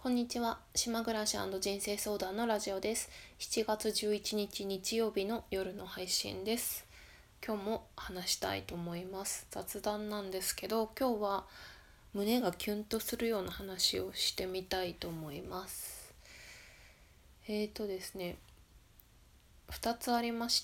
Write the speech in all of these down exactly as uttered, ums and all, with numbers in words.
こんにちは。島暮らし人生相談のラジオです。しちがつじゅういちにち日曜日の夜の配信です。今日も話したいと思います。雑談なんですけど、今日は胸がキュンとするような話をしてみたいと思います。えーとですね、ふたつありまして、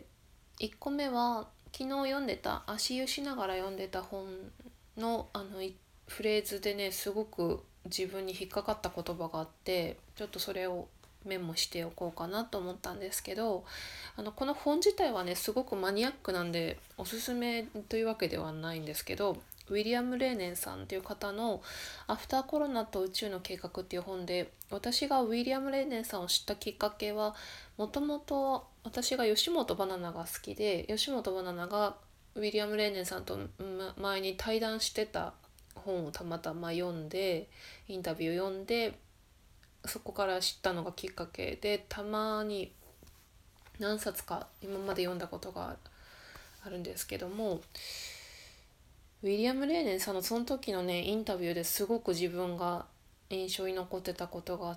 いっこめは昨日読んでた、足湯しながら読んでた本のあのフレーズでね、すごく自分に引っかかった言葉があって、ちょっとそれをメモしておこうかなと思ったんですけど、あのこの本自体はねすごくマニアックなんでおすすめというわけではないんですけど、ウィリアム・レーネンさんという方の「アフターコロナと宇宙の計画」っていう本で、私がウィリアム・レーネンさんを知ったきっかけは、もともと私が吉本バナナが好きで、吉本バナナがウィリアム・レーネンさんと前に対談してた本をたまたま読んで、インタビュー読んで、そこから知ったのがきっかけで、たまに何冊か今まで読んだことがあるんですけども、ウィリアム・レーネンさんのその時のねインタビューですごく自分が印象に残ってたことがあって、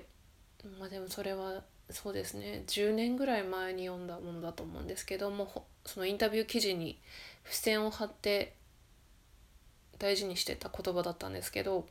まあでもそれはそうですね、じゅうねんぐらい前に読んだものだと思うんですけども、そのインタビュー記事に付箋を貼って大事にしてた言葉だったんですけど、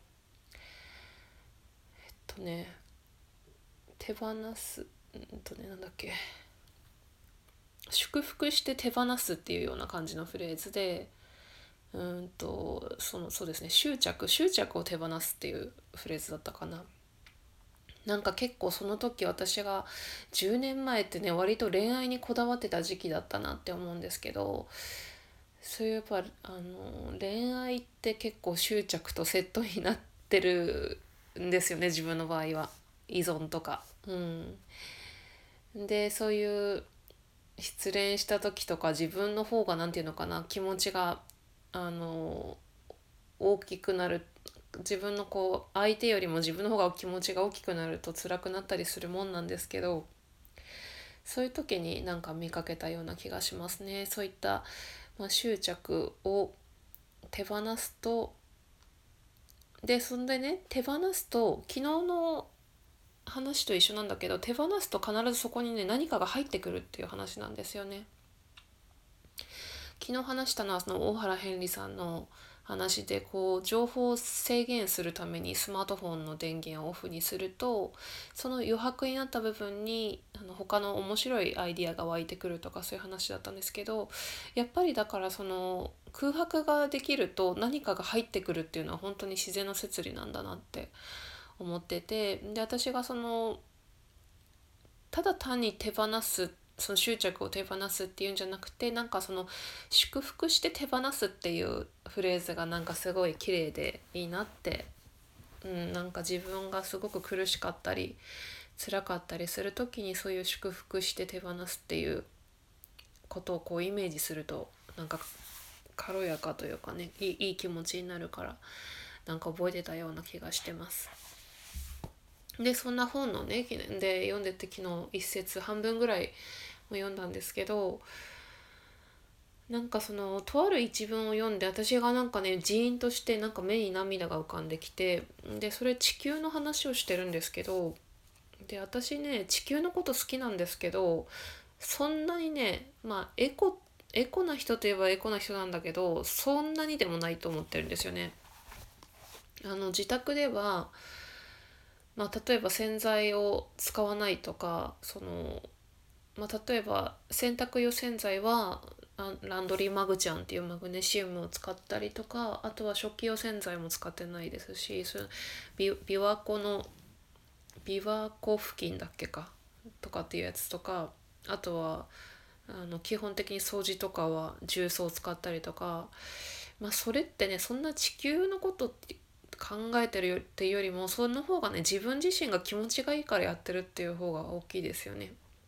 えっとね手放すうんとねなんだっけ祝福して手放すっていうような感じのフレーズで、うんとそのそうですね執着執着を手放すっていうフレーズだったかな。なんか結構その時私がじゅうねんまえってね割と恋愛にこだわってた時期だったなって思うんですけど、そういうやっぱあの恋愛って結構執着とセットになってるんですよね、自分の場合は。依存とか、うんでそういう失恋した時とか、自分の方がなんていうのかな、気持ちがあの大きくなる、自分のこう相手よりも自分の方が気持ちが大きくなると辛くなったりするもんなんですけど、そういう時になんか見かけたような気がしますね。そういった、まあ、執着を手放すと、でそんでね手放すと、昨日の話と一緒なんだけど、手放すと必ずそこにね何かが入ってくるっていう話なんですよね。昨日話したのはその大原ヘンリさんの話で、こう情報を制限するためにスマートフォンの電源をオフにすると、その余白になった部分にあの他の面白いアイディアが湧いてくるとか、そういう話だったんですけど、やっぱりだからその空白ができると何かが入ってくるっていうのは本当に自然の摂理なんだなって思ってて、で私がそのただ単に手放す、その執着を手放すっていうんじゃなくて、なんかその祝福して手放すっていうフレーズがなんかすごい綺麗でいいなって、うん、なんか自分がすごく苦しかったり辛かったりする時に、そういう祝福して手放すっていうことをこうイメージすると、なんか軽やかというかね、いいいい気持ちになるから、なんか覚えてたような気がしてます。でそんな本のねで読んでて、昨日一節半分ぐらい読んだんですけど、なんかそのとある一文を読んで、私がなんかねジーンとしてなんか目に涙が浮かんできて、でそれ地球の話をしてるんですけど、で私ね地球のこと好きなんですけど、そんなにねまあエコエコな人といえばエコな人なんだけど、そんなにでもないと思ってるんですよね。あの自宅ではまあ、例えば洗剤を使わないとか、その、まあ、例えば洗濯用洗剤はランドリーマグチャンっていうマグネシウムを使ったりとか、あとは食器用洗剤も使ってないですし、そのビ琵琶湖の琵琶湖付近だっけかとかっていうやつとか、あとはあの基本的に掃除とかは重曹を使ったりとか、まあそれってね、そんな地球のことって考えてるっていうよりも、その方がね自分自身が気持ちがいいからやってるっていう方が大きいですよね。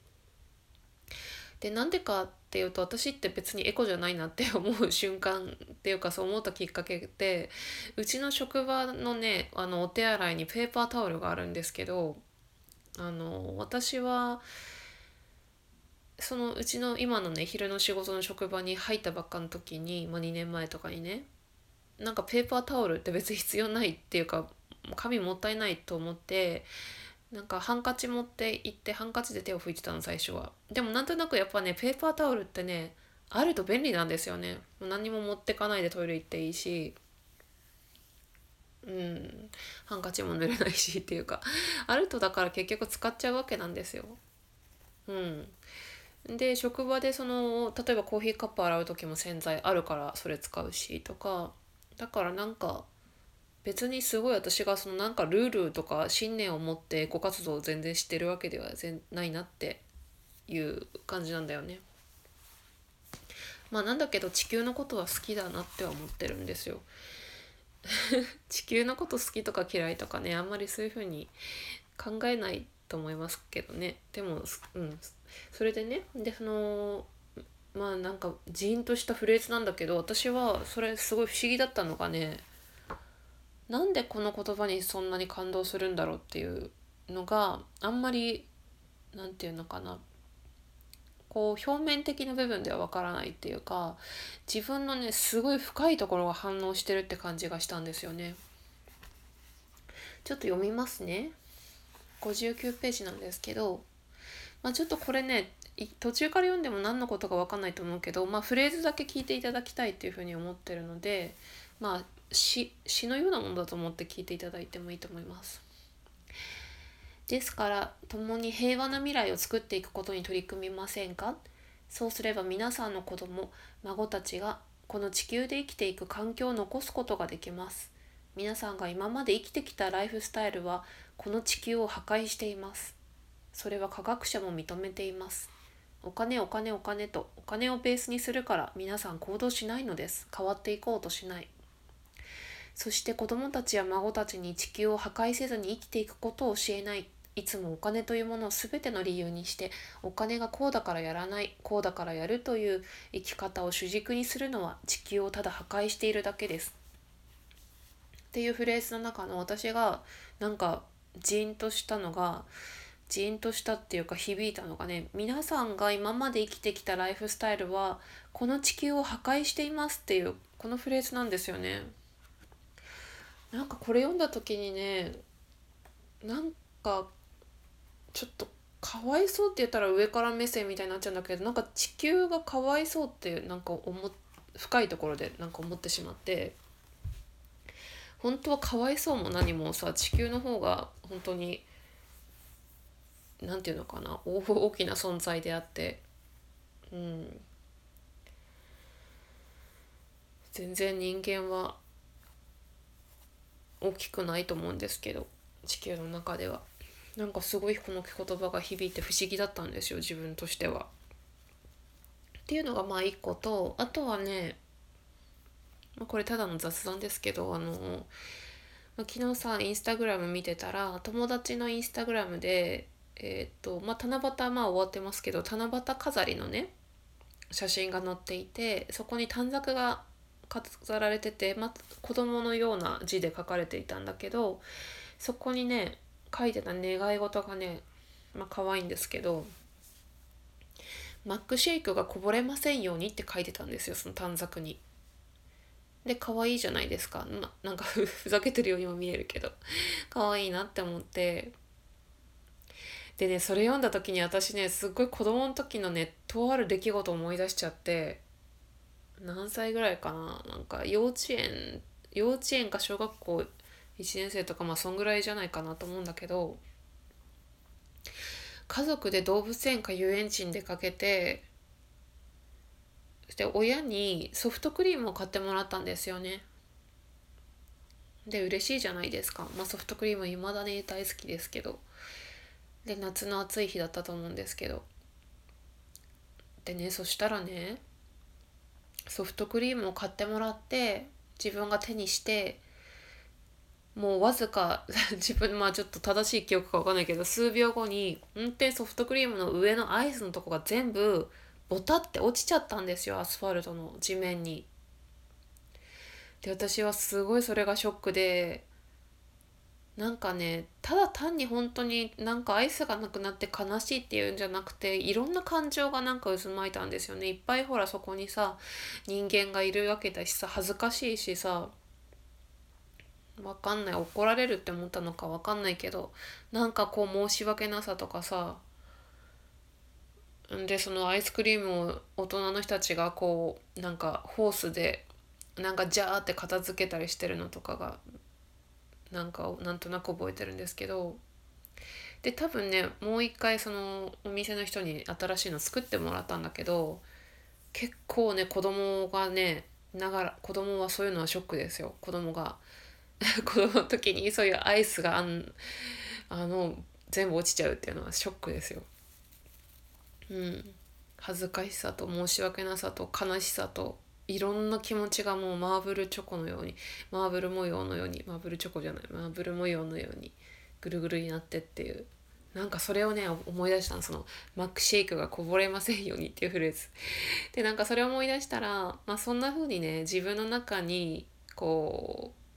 でなんでかっていうと、私って別にエコじゃないなって思う瞬間っていうか、そう思ったきっかけって、うちの職場のねあのお手洗いにペーパータオルがあるんですけど、あの私はそのうちの今のね昼の仕事の職場に入ったばっかの時に、まあ、にねんまえとかにね、なんかペーパータオルって別に必要ないっていうか、 紙もったいないと思ってなんかハンカチ持って行ってハンカチで手を拭いてたの最初は。でもなんとなくやっぱねペーパータオルってねあると便利なんですよね。何も持ってかないでトイレ行っていいし、うん、ハンカチも濡れないしっていうかあるとだから結局使っちゃうわけなんですよ。うん。で職場でその例えばコーヒーカップ洗う時も洗剤あるからそれ使うしとか、だからなんか別にすごい私がそのなんかルールとか信念を持ってエコ活動を全然してるわけでは全ないなっていう感じなんだよね。まあなんだけど地球のことは好きだなっては思ってるんですよ。地球のこと好きとか嫌いとかねあんまりそういう風に考えないと思いますけどね。でもうんそれでねでそのまあなんかジーンとしたフレーズなんだけど、私はそれすごい不思議だったのがね、なんでこの言葉にそんなに感動するんだろうっていうのがあんまりなんていうのかな、こう表面的な部分ではわからないっていうか、自分のねすごい深いところが反応してるって感じがしたんですよね。ちょっと読みますね。ごじゅうきゅうページなんですけど、まあ、ちょっとこれね途中から読んでも何のことか分かんないと思うけど、まあ、フレーズだけ聞いていただきたいっていうふうに思ってるので、まあ詩、詩のようなものだと思って聞いていただいてもいいと思います。ですから共に平和な未来を作っていくことに取り組みませんか。そうすれば皆さんの子供孫たちがこの地球で生きていく環境を残すことができます。皆さんが今まで生きてきたライフスタイルはこの地球を破壊しています。それは科学者も認めています。お金お金お金とお金をベースにするから皆さん行動しないのです。変わっていこうとしない。そして子供たちや孫たちに地球を破壊せずに生きていくことを教えない。いつもお金というものを全ての理由にして、お金がこうだからやらない、こうだからやるという生き方を主軸にするのは地球をただ破壊しているだけです。っていうフレーズの中の私がなんかジーンとしたのが、ジーンとしたっていうか響いたのがね、皆さんが今まで生きてきたライフスタイルはこの地球を破壊していますっていうこのフレーズなんですよね。なんかこれ読んだ時にね、なんかちょっとかわいそうって言ったら上から目線みたいになっちゃうんだけど、なんか地球がかわいそうってなんか思っ深いところでなんか思ってしまって、本当はかわいそうも何もさ、地球の方が本当になんていうのかな、大きな存在であって、うん、全然人間は大きくないと思うんですけど、地球の中ではなんかすごいこの言葉が響いて不思議だったんですよ、自分としては。っていうのがまあ一個と、あとはね、まあ、これただの雑談ですけど、あの、まあ、昨日さインスタグラム見てたら友達のインスタグラムでえっ、とまあ七夕まあ終わってますけど、七夕飾りのね写真が載っていて、そこに短冊が飾られてて、まあ、子供のような字で書かれていたんだけど、そこにね書いてた願い事がね、まあ可愛いんですけど、マックシェイクがこぼれませんようにって書いてたんですよ、その短冊に。で可愛いじゃないですか、ななんかふざけてるようにも見えるけど可愛いなって思って。でねそれ読んだ時に私ねすっごい子供の時のねとある出来事を思い出しちゃって、何歳ぐらいかな、なんか幼稚園幼稚園か小学校いちねん生とか、まあそんぐらいじゃないかなと思うんだけど、家族で動物園か遊園地に出かけて、で親にソフトクリームを買ってもらったんですよね。で嬉しいじゃないですか、まあ、ソフトクリーム未だに大好きですけど、で夏の暑い日だったと思うんですけど、でねそしたらねソフトクリームを買ってもらって自分が手にして、もうわずか自分まあちょっと正しい記憶か分かんないけど数秒後に運転ソフトクリームの上のアイスのとこが全部ボタって落ちちゃったんですよ、アスファルトの地面に。で私はすごいそれがショックで、なんかねただ単に本当になんかアイスがなくなって悲しいっていうんじゃなくて、いろんな感情がなんか渦巻いたんですよね。いっぱいほらそこにさ人間がいるわけだしさ、恥ずかしいしさ、 わかんない、怒られるって思ったのかわかんないけど、なんかこう申し訳なさとかさ、でそのアイスクリームを大人の人たちがこうなんかホースでなんかジャーって片付けたりしてるのとかがなんかなんとなく覚えてるんですけど、で多分ねもう一回そのお店の人に新しいの作ってもらったんだけど、結構ね子供がねながら子供はそういうのはショックですよ。子供が子供の時にそういうアイスがあんあの全部落ちちゃうっていうのはショックですよ。うん、恥ずかしさと申し訳なさと悲しさといろんな気持ちがもうマーブルチョコのように、マーブル模様のように、マーブルチョコじゃないマーブル模様のようにぐるぐるになってっていう、なんかそれをね思い出したの。そのマックシェイクがこぼれませんようにっていうフレーズで、なんかそれを思い出したら、まあ、そんな風にね自分の中にこう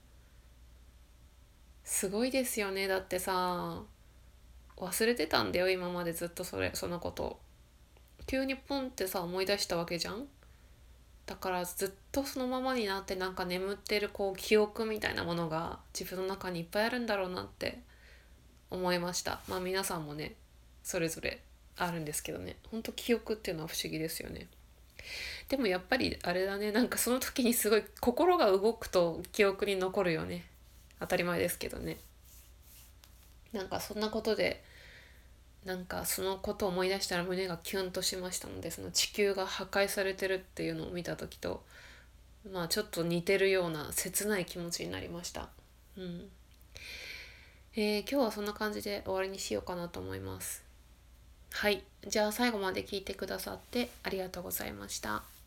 すごいですよね。だってさ忘れてたんだよ今までずっとそれそのこと急にポンってさ思い出したわけじゃん。だからずっとそのままになってなんか眠ってるこう記憶みたいなものが自分の中にいっぱいあるんだろうなって思いました。まあ皆さんもねそれぞれあるんですけどね、ほんと記憶っていうのは不思議ですよね。でもやっぱりあれだね、なんかその時にすごい心が動くと記憶に残るよね。当たり前ですけどね。なんかそんなことでなんかそのことを思い出したら胸がキュンとしましたので、その地球が破壊されてるっていうのを見た時とまあちょっと似てるような切ない気持ちになりました。うん。えー、今日はそんな感じで終わりにしようかなと思います。はい。じゃあ最後まで聞いてくださってありがとうございました。